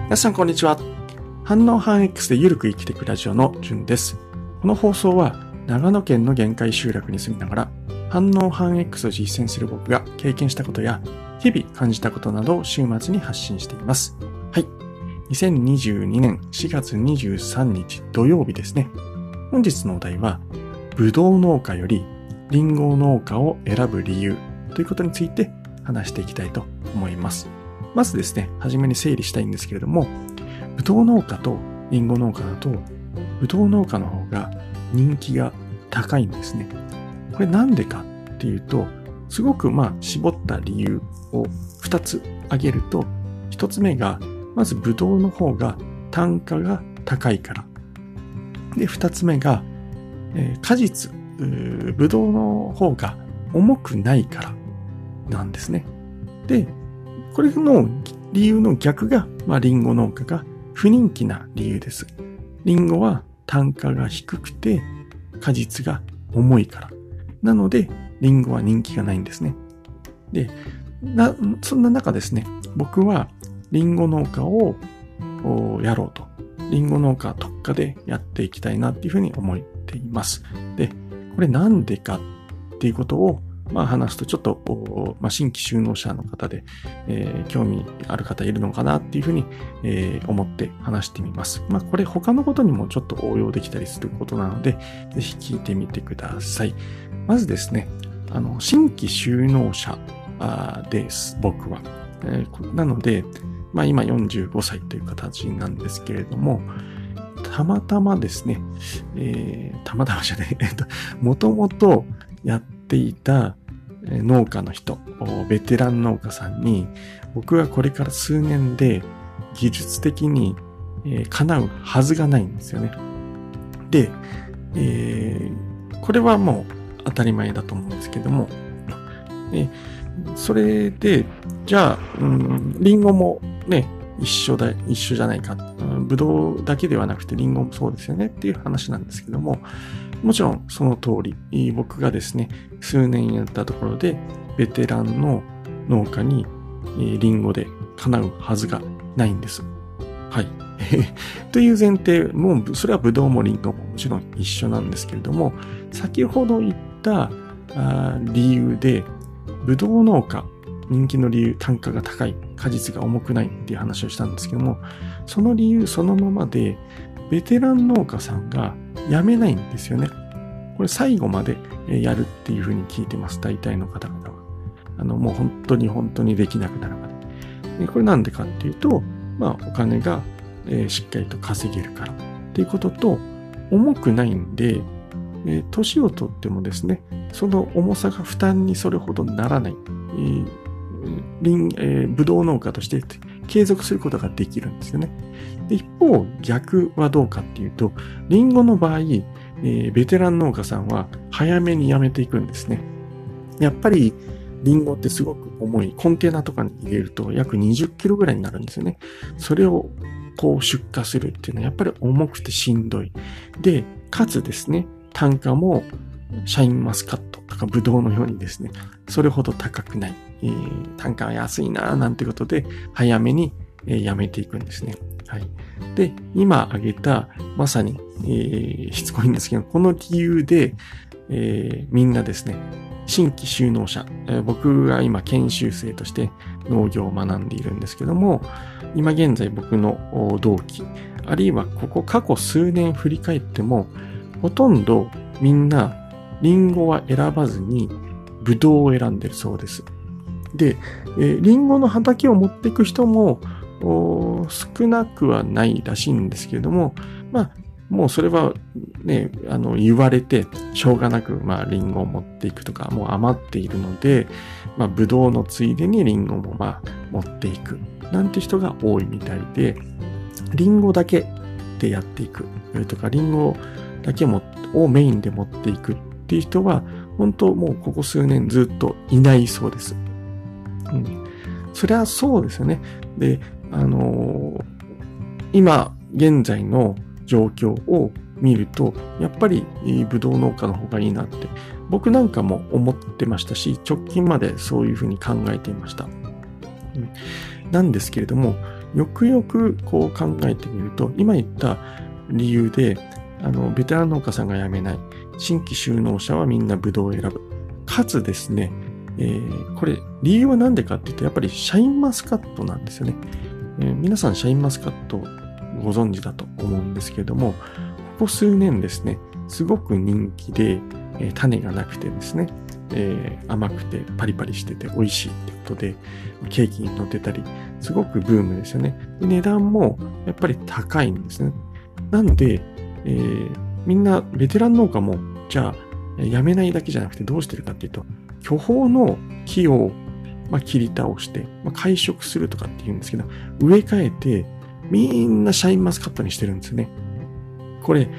皆さんこんにちは。反応反 X でゆるく生きていくラジオのじゅんです。この放送は長野県の限界集落に住みながら反応反 X を実践する僕が経験したことや日々感じたことなどを週末に発信しています。はい。2022年4月23日土曜日ですね。本日のお題はぶどう農家よりリンゴ農家を選ぶ理由ということについて話していきたいと思います。まずですね、はじめに整理したいんですけれども、ぶどう農家とリンゴ農家だと、ぶどう農家の方が人気が高いんですね。これなんでかっていうと、すごく絞った理由を2つ挙げると、1つ目が、まずぶどうの方が単価が高いから。で、2つ目が、果実、ぶどうの方が重くないからなんですね。で、これの理由の逆が、リンゴ農家が不人気な理由です。リンゴは単価が低くて果実が重いから。なので、リンゴは人気がないんですね。で、そんな中ですね、僕はリンゴ農家をやろうと。リンゴ農家特化でやっていきたいなっていうふうに思っています。で、これなんでかっていうことを話すとちょっと、新規就農者の方で、興味ある方いるのかなっていうふうに、思って話してみます。これ他のことにもちょっと応用できたりすることなので、ぜひ聞いてみてください。まずですね、新規就農者です、僕は。なので、今45歳という形なんですけれども、たまたまですね、たまたまじゃない、もともとやっていた農家の人、ベテラン農家さんに、僕はこれから数年で技術的に叶うはずがないんですよね。で、これはもう当たり前だと思うんですけども、それで、じゃあ、リンゴもね、一緒じゃないか。ブドウだけではなくてリンゴもそうですよねっていう話なんですけども、もちろんその通り、僕がですね、数年やったところで、ベテランの農家にリンゴで叶うはずがないんです。はい。という前提、もうそれはブドウもリンゴももちろん一緒なんですけれども、先ほど言った理由で、ブドウ農家、人気の理由、単価が高い、果実が重くないっていう話をしたんですけども、その理由そのままで、ベテラン農家さんが辞めないんですよね。これ最後までやるっていうふうに聞いてます。大体の方々は。もう本当にできなくなるまで。これなんでかっていうと、お金がしっかりと稼げるからっていうことと、重くないんで、年をとってもですね、その重さが負担にそれほどならない。ブドウ農家として継続することができるんですよね。で、一方、逆はどうかっていうと、リンゴの場合、ベテラン農家さんは早めにやめていくんですね。やっぱり、リンゴってすごく重い。コンテナとかに入れると約20キロぐらいになるんですよね。それを出荷するっていうのはやっぱり重くてしんどい。で、かつですね、単価もシャインマスカットとかブドウのようにですね、それほど高くない。単価は安いななんてことで、早めにやめていくんですね。はい。で、今挙げた、まさに、しつこいんですけど、この理由で、みんなですね、新規就農者、僕が今研修生として農業を学んでいるんですけども、今現在僕の同期、あるいはここ過去数年振り返っても、ほとんどみんなリンゴは選ばずにブドウを選んでるそうです。で、リンゴの畑を持っていく人も少なくはないらしいんですけれども、もうそれはね、言われてしょうがなく、リンゴを持っていくとか、もう余っているので、ブドウのついでにリンゴも持っていくなんて人が多いみたいで、リンゴだけでやっていくとか、リンゴだけをメインで持っていくっていう人は、本当もうここ数年ずっといないそうです。そりゃそうですよね。で、今現在の状況を見ると、やっぱりブドウ農家の方がいいなって僕なんかも思ってましたし、直近までそういうふうに考えていました。なんですけれども、 よくよくこう考えてみると、今言った理由で、ベテラン農家さんが辞めない。新規就農者はみんなブドウを選ぶ。かつですね、これ理由は何でかっていうと、やっぱりシャインマスカットなんですよね。皆さんシャインマスカットご存知だと思うんですけれども、ここ数年ですね、すごく人気で、種がなくてですね、甘くてパリパリしてて美味しいってことで、ケーキに乗ってたり、すごくブームですよね。で値段もやっぱり高いんですね。なんで、みんなベテラン農家も、じゃあ、やめないだけじゃなくてどうしてるかっていうと、巨峰の木を、切り倒して、改植するとかって言うんですけど、植え替えて、みんなシャインマスカットにしてるんですよね。これ、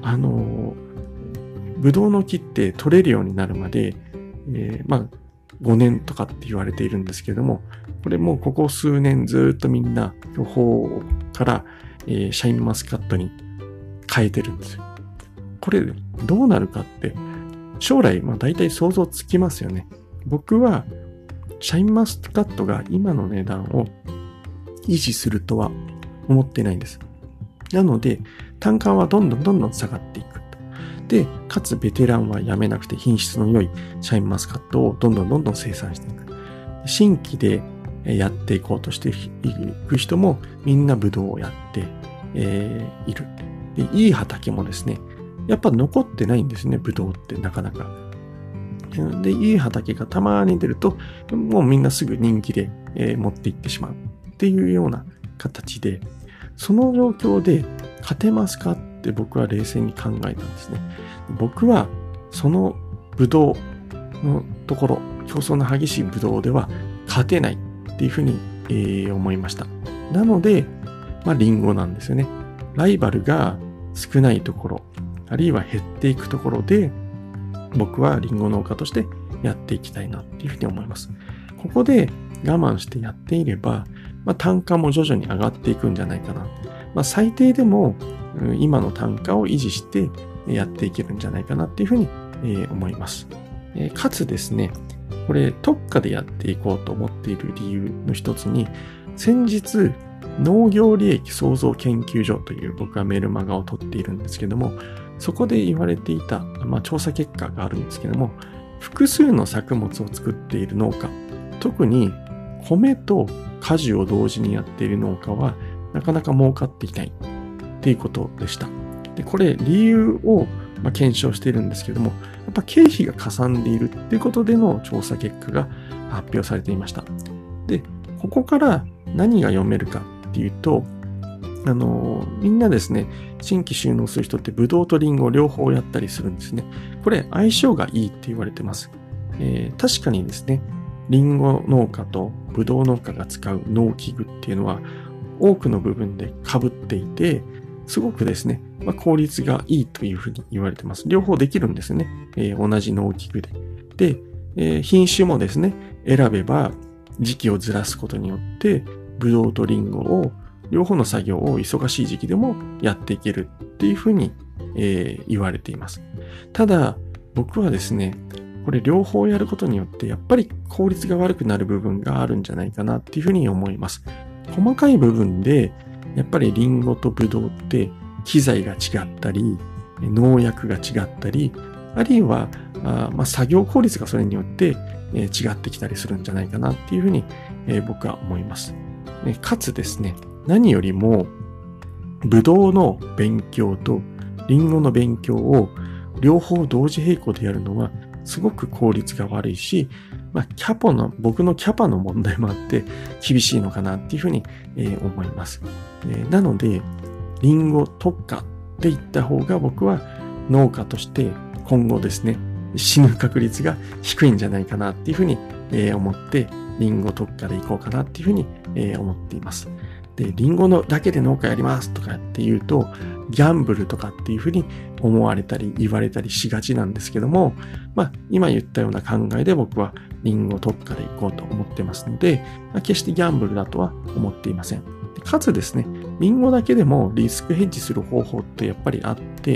ブドウの木って取れるようになるまで、5年とかって言われているんですけれども、これもうここ数年ずっとみんな巨峰から、シャインマスカットに変えてるんですよ。これどうなるかって将来大体想像つきますよね。僕はシャインマスカットが今の値段を維持するとは思ってないんです。なので単価はどんどん下がっていく。で、かつベテランはやめなくて品質の良いシャインマスカットをどんどん生産していく。新規でやっていこうとしていく人もみんなブドウをやって、いる。で、いい畑もですね、やっぱ残ってないんですね、ブドウってなかなか。で、いい畑がたまに出ると、もうみんなすぐ人気で、持っていってしまうっていうような形で、その状況で勝てますかって僕は冷静に考えたんですね。僕はそのブドウのところ、競争の激しいブドウでは勝てないっていうふうに、思いました。なので、リンゴなんですよね。ライバルが少ないところ、あるいは減っていくところで、僕はリンゴ農家としてやっていきたいなっていうふうに思います。ここで我慢してやっていれば、単価も徐々に上がっていくんじゃないかな。最低でも今の単価を維持してやっていけるんじゃないかなっていうふうに思います。かつですね、これ特化でやっていこうと思っている理由の一つに、先日農業利益創造研究所という僕はメルマガを取っているんですけども、そこで言われていた、調査結果があるんですけども、複数の作物を作っている農家、特に米と果樹を同時にやっている農家はなかなか儲かっていないっていうことでした。で、これ理由を検証しているんですけども、やっぱ経費がかさんでいるっていうことでの調査結果が発表されていました。で、ここから何が読めるかっていうと、みんなですね、新規就農する人ってブドウとリンゴ両方やったりするんですね。これ相性がいいって言われてます。確かにですね、リンゴ農家とブドウ農家が使う農機具っていうのは多くの部分で被っていて、すごくですね、効率がいいというふうに言われてます。両方できるんですね。同じ農機具で。で、品種もですね、選べば時期をずらすことによって、ブドウとリンゴを両方の作業を忙しい時期でもやっていけるっていうふうに、言われています。ただ、僕はですね、これ両方やることによってやっぱり効率が悪くなる部分があるんじゃないかなっていうふうに思います。細かい部分でやっぱりリンゴとブドウって機材が違ったり、農薬が違ったり、あるいは作業効率がそれによって違ってきたりするんじゃないかなっていうふうに僕は思います。かつですね、何よりもブドウの勉強とリンゴの勉強を両方同時並行でやるのはすごく効率が悪いし、僕のキャパの問題もあって厳しいのかなっていうふうに思います。なので、リンゴ特化でいった方が僕は農家として今後ですね、死ぬ確率が低いんじゃないかなっていうふうに思って、リンゴ特化でいこうかなっていうふうに思っています。で、リンゴのだけで農家やりますとかって言うと、ギャンブルとかっていうふうに思われたり言われたりしがちなんですけども、今言ったような考えで僕はリンゴ特化でいこうと思ってますので、決してギャンブルだとは思っていません。かつですね、リンゴだけでもリスクヘッジする方法ってやっぱりあって、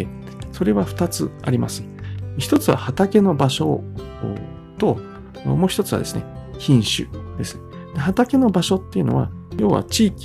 それは2つあります。1つは畑の場所と、もう1つはですね、品種です。畑の場所っていうのは、要は地域を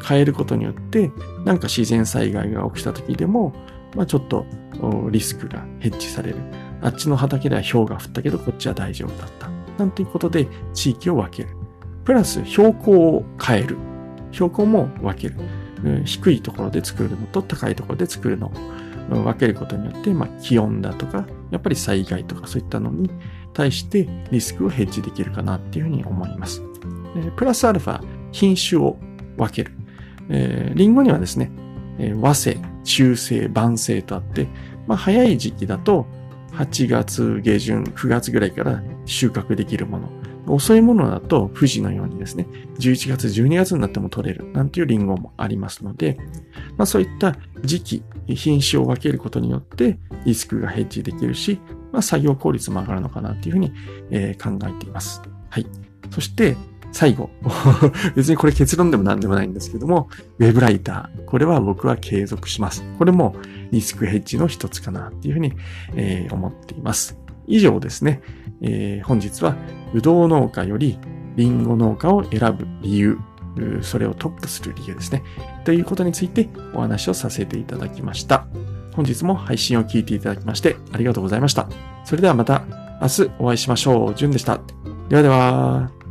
変えることによって、なんか自然災害が起きた時でも、ちょっとリスクがヘッジされる。あっちの畑では氷が降ったけど、こっちは大丈夫だった。なんていうことで地域を分ける。プラス標高を変える。標高も分ける。低いところで作るのと高いところで作るのを分けることによって、気温だとか、やっぱり災害とかそういったのに対してリスクをヘッジできるかなっていうふうに思います。プラスアルファ、品種を分ける。リンゴにはですね、和生、中生、晩生とあって、早い時期だと8月下旬、9月ぐらいから収穫できるもの。遅いものだと富士のようにですね、11月、12月になっても取れるなんていうリンゴもありますので、そういった時期、品種を分けることによってリスクがヘッジできるし、作業効率も上がるのかなっていうふうに、考えています。はい。そして最後、別にこれ結論でも何でもないんですけども、ウェブライター。これは僕は継続します。これもリスクヘッジの一つかなっていうふうに、思っています。以上ですね。本日はブドウ農家よりリンゴ農家を選ぶ理由、それをトップする理由ですね。ということについてお話をさせていただきました。本日も配信を聞いていただきましてありがとうございました。それではまた明日お会いしましょう。じゅんでした。ではでは。